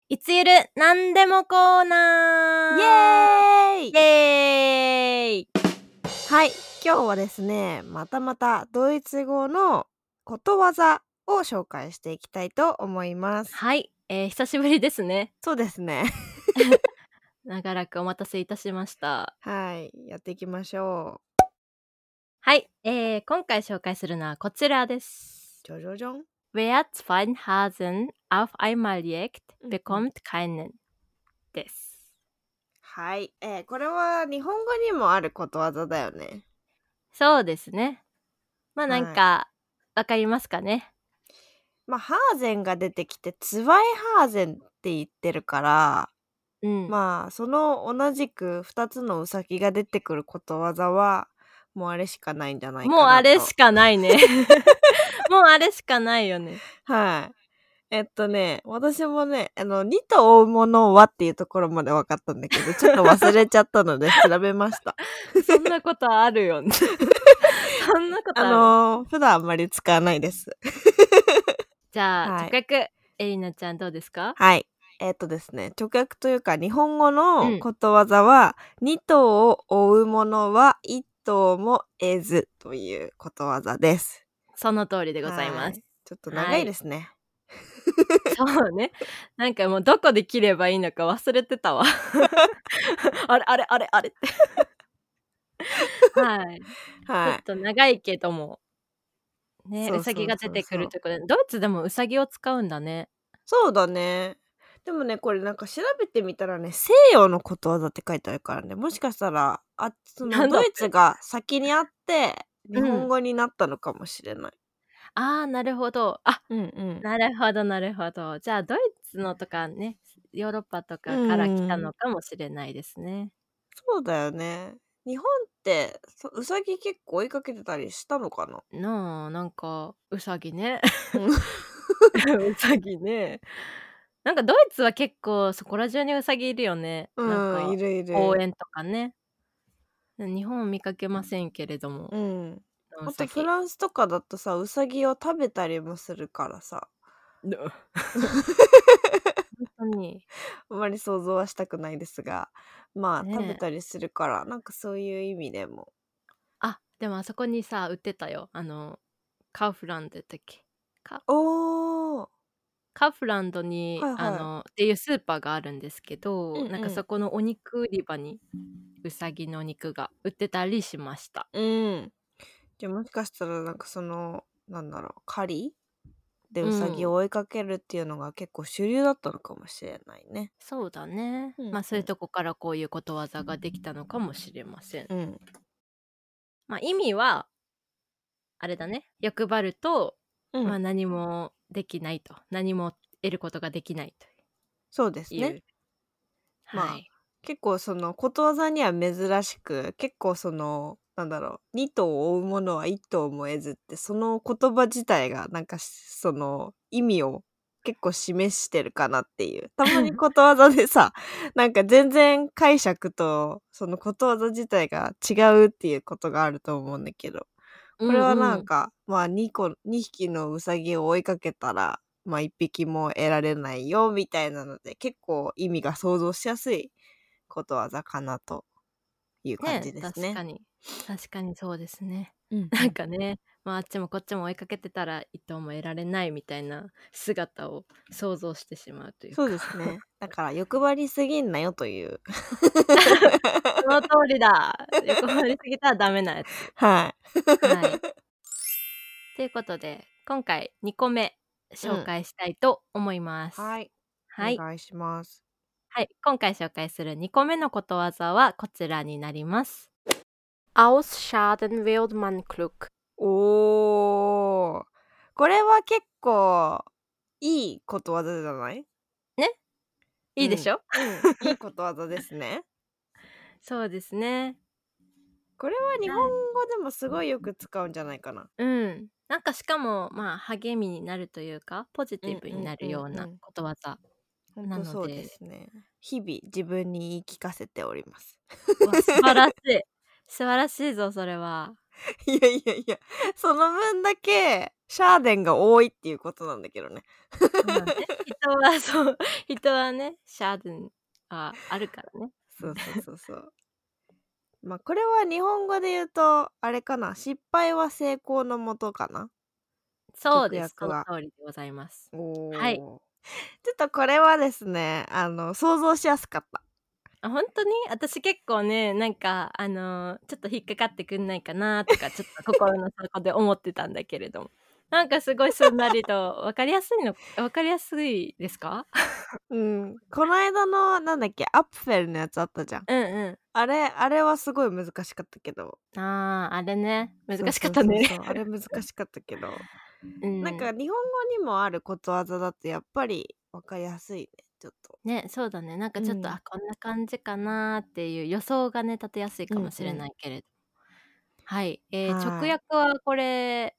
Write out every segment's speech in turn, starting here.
いつゆるなんでもコーナーイエーイイエーイはい、今日はですね、またドイツ語のことわざを紹介していきたいと思います。 はい、久しぶりですね。 そうですね。 長らくお待たせいたしました。 はい、やっていきましょはい、今回紹介するのはこちらです。 う。じゃじゃん。 Wer zwei Hasen auf einmal jagt, うんうん bekommt keinen です。 はい、これは日本語にもあることわざだよね。 そうですね。まあなんはい。 か、わかりますかね。 ハーゼンが出てきてツワイハーゼンって言ってるから、 うん。 その同じく2つのウサギが出てくることわざはもうあれしかないんじゃないもうかなと。 あれしかないね。もうあれしかないよね。 はい。私もね、2と追うものはっていうところまで分かったんだけど、ちょっと忘れちゃったので調べました。 そんなことあるよね。そんなことある。 普段あんまり使わないです。 じゃあ、 はい。 直訳、エリナちゃんどうですか？ はい。ですね、直訳というか日本語うのん。 ことわざは、2頭を追うものは1頭も得ずということわざです。 その通りでございます。 はい。ちょっと長いではい。 すね。 そうね。なんかもうどこで切ればいいのか忘れてたわ。あれあれあれあれって。はい。ちょっはい。 と長いけども、ね、ウサギそうそうが出てくそうそう。 るということで、ドイツでもウサギを使うんだね。 そうだね。でもね、これなんか調べてみたらね、西洋のことわざって書いてあるからね、もしかしたら、そのドイツなんだって。 が先にあって、日うん。 本語になったのかもしれない。 ああ、なるほど。あ、 うんうん。 なるほどなるほど。じゃあドイツのとかね、ヨーロッパとうかから来たん。 のかもしれないですね。 そうだよね。日本って、うさぎ結構追いかけてたりしたのかな？ なんかウサギね。 うん。 ウサギね。なんかドイツは結構そこら中にウサギいるよね。なんうん、 かいるいる。 公園とかね。日本見かけませんけれども、 うん。あとフウサギ。 ランスとかだとさ、うさぎを食べたりもするからさ。 ほんとに。 あまり想像はしたくないですが、食べね。 たりするから、なんかそういう意味でも。 あ、でもあそこにさ、売ってたよ。カウフランドだっけ？ おお、 カウフランドに、 はいはい。 っていうスーパーがあるんですけど、なんかうんうん。 そこのお肉売り場にウサギの肉が売ってたりしました。 うん。じゃ、もしかしたらなんかその、なんだろう、狩りでウサギうん。 を追いかけるっていうのが結構主流だったのかもしれないね。 そうだね。 うんうん。 そういうとこからこういうことわざができたのかもしれません。 うん。 意味は、あれだね、欲張ると、 うん。 何もできないと。何も得ることができないそうですね。 という。はまあ、 い。 結構そのことわざには珍しく、結構その、なんだろう、2頭を追うものは1頭も得ずって、その言葉自体がなんかその意味を結構示してるかなっていう。たまにことわざでさ、なんか全然解釈とそのことわざ自体が違うっていうことがあると思うんだけど、 うこれはんうん。 なんか、2匹のウサギを追いかけたら、1匹も得られないよみたいなので、結構意味が想像しやすいことわざかなという感ね、 じですね。 確かに。確かにそうですね。なんうんうん。 かね、あっちもこっちも追いかけてたら一頭も得られないみたいな姿を想像してしまうというそうか。 ですね。だから欲張りすぎんなよという。 その通りだ。横回りすぎたらダメなやつ。 はい。 はい。ということで、今回2個目うん。 紹介したいと思います。 はい。おはい。 願いします。 はい、今回紹介する2個目のことわざはこちらになります。Aus Schaden wird man klug。 おー。これは結構いいことわざじゃない？ ね、 うん。 いいでしょ？ うん。いいことわざですね。 そうですね。 これは日本はい。 語でもすごいよく使うんじゃないかな。 うん。なんかしかも、励みになるというか、ポジうティブになんうんうるようなんうん。 ことわざほんなとそうでので、 すね。日々自分に言い聞かせております。 素晴らしい。素晴らしいぞ、それは。 いやいやいや、その分だけ、 シャーデンが多いっていうことなんだけどね。 まあね、人はそう、人はね、シャーデンはあるからね。 そうそうそうそう。まあこれは日本語で言うとあれかな、失敗は成功のもとかな、直そうです。その訳は。 通りでございます。 おはい。 お。ちょっとこれはですね、想像しやすかった。 あ、ほんとに？私結構ね、なんかちょっと引っかかってくんないかなとか、ちょっと心の底で思ってたんだけれども、なんかすごいすんなりと分かりやすいですか？ うん。この間のなんだっけ、アップフェルのやつあったじゃん。 うんうん。 あれはすごい難しかったけど。 ああ、あれね、難しかそうそうったね。 そうそう、あれ難しかったけど、 うん。 なんか日本語にもあることわざだとやっぱり分かりやすいね、ちょっと。 ね、そうだね。なんかちょっと、 うん。 あ、こんな感じかなっていう予想がね、立てやすいかもしれうんうん。 ないけれど。はい、直はい。 訳はこれ、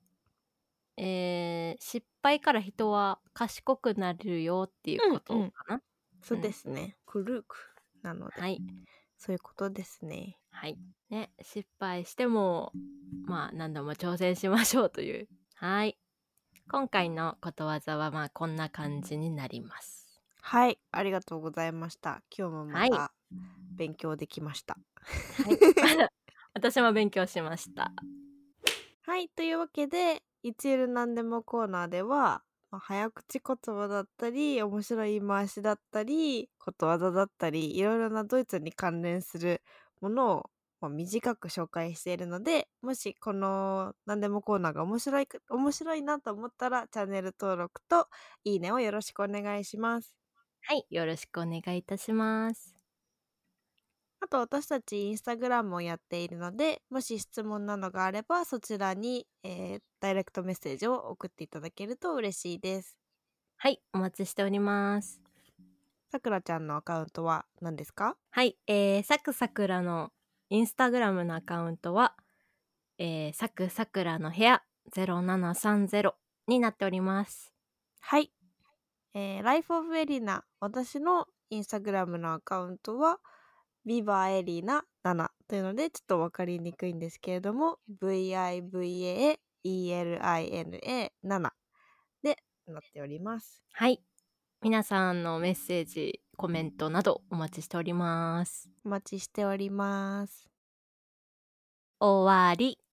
失敗から人は賢くなるよっていうこうんうん。 とかな？ そうでうん。 すね。クルークなので、 はい。 そういうことですね。 はい。ね、失敗しても、まあ、何度も挑戦しましょうという。はい。今回のことわざは、まあ、こんな感じになります。 はい、ありがとうございました。今日もまはい。 た勉強できました。 はい。私も勉強しました。 はい、というわけで、いちるなんでもコーナーでは、早口言葉だったり、面白い言い回しだったり、ことわざだったり、いろいろなドイツに関連するものを、短く紹介しているので、もしこのなんでもコーナーが面白いなと思ったら、チャンネル登録といいねをよろしくお願いします。 はい、よろしくお願いいたします。 あと私たちインスタグラムをやっているので、もし質問などがあればそちらに、ダイレクトメッセージを送っていただけると嬉しいです。 はい、お待ちしております。 さくらちゃんのアカウントは何ですか？ はい、サクサクラのインスタグラムのアカウントは、サクサクラの部屋0730になっております。 はい。ライフオブエリナ、私のインスタグラムのアカウントは、ビバエリナ7というので、ちょっとわかりにくいんですけれども、VIVAELINA7 でなっております。 はい、皆さんのメッセージ、コメントなどお待ちしております。 お待ちしております。 終わり。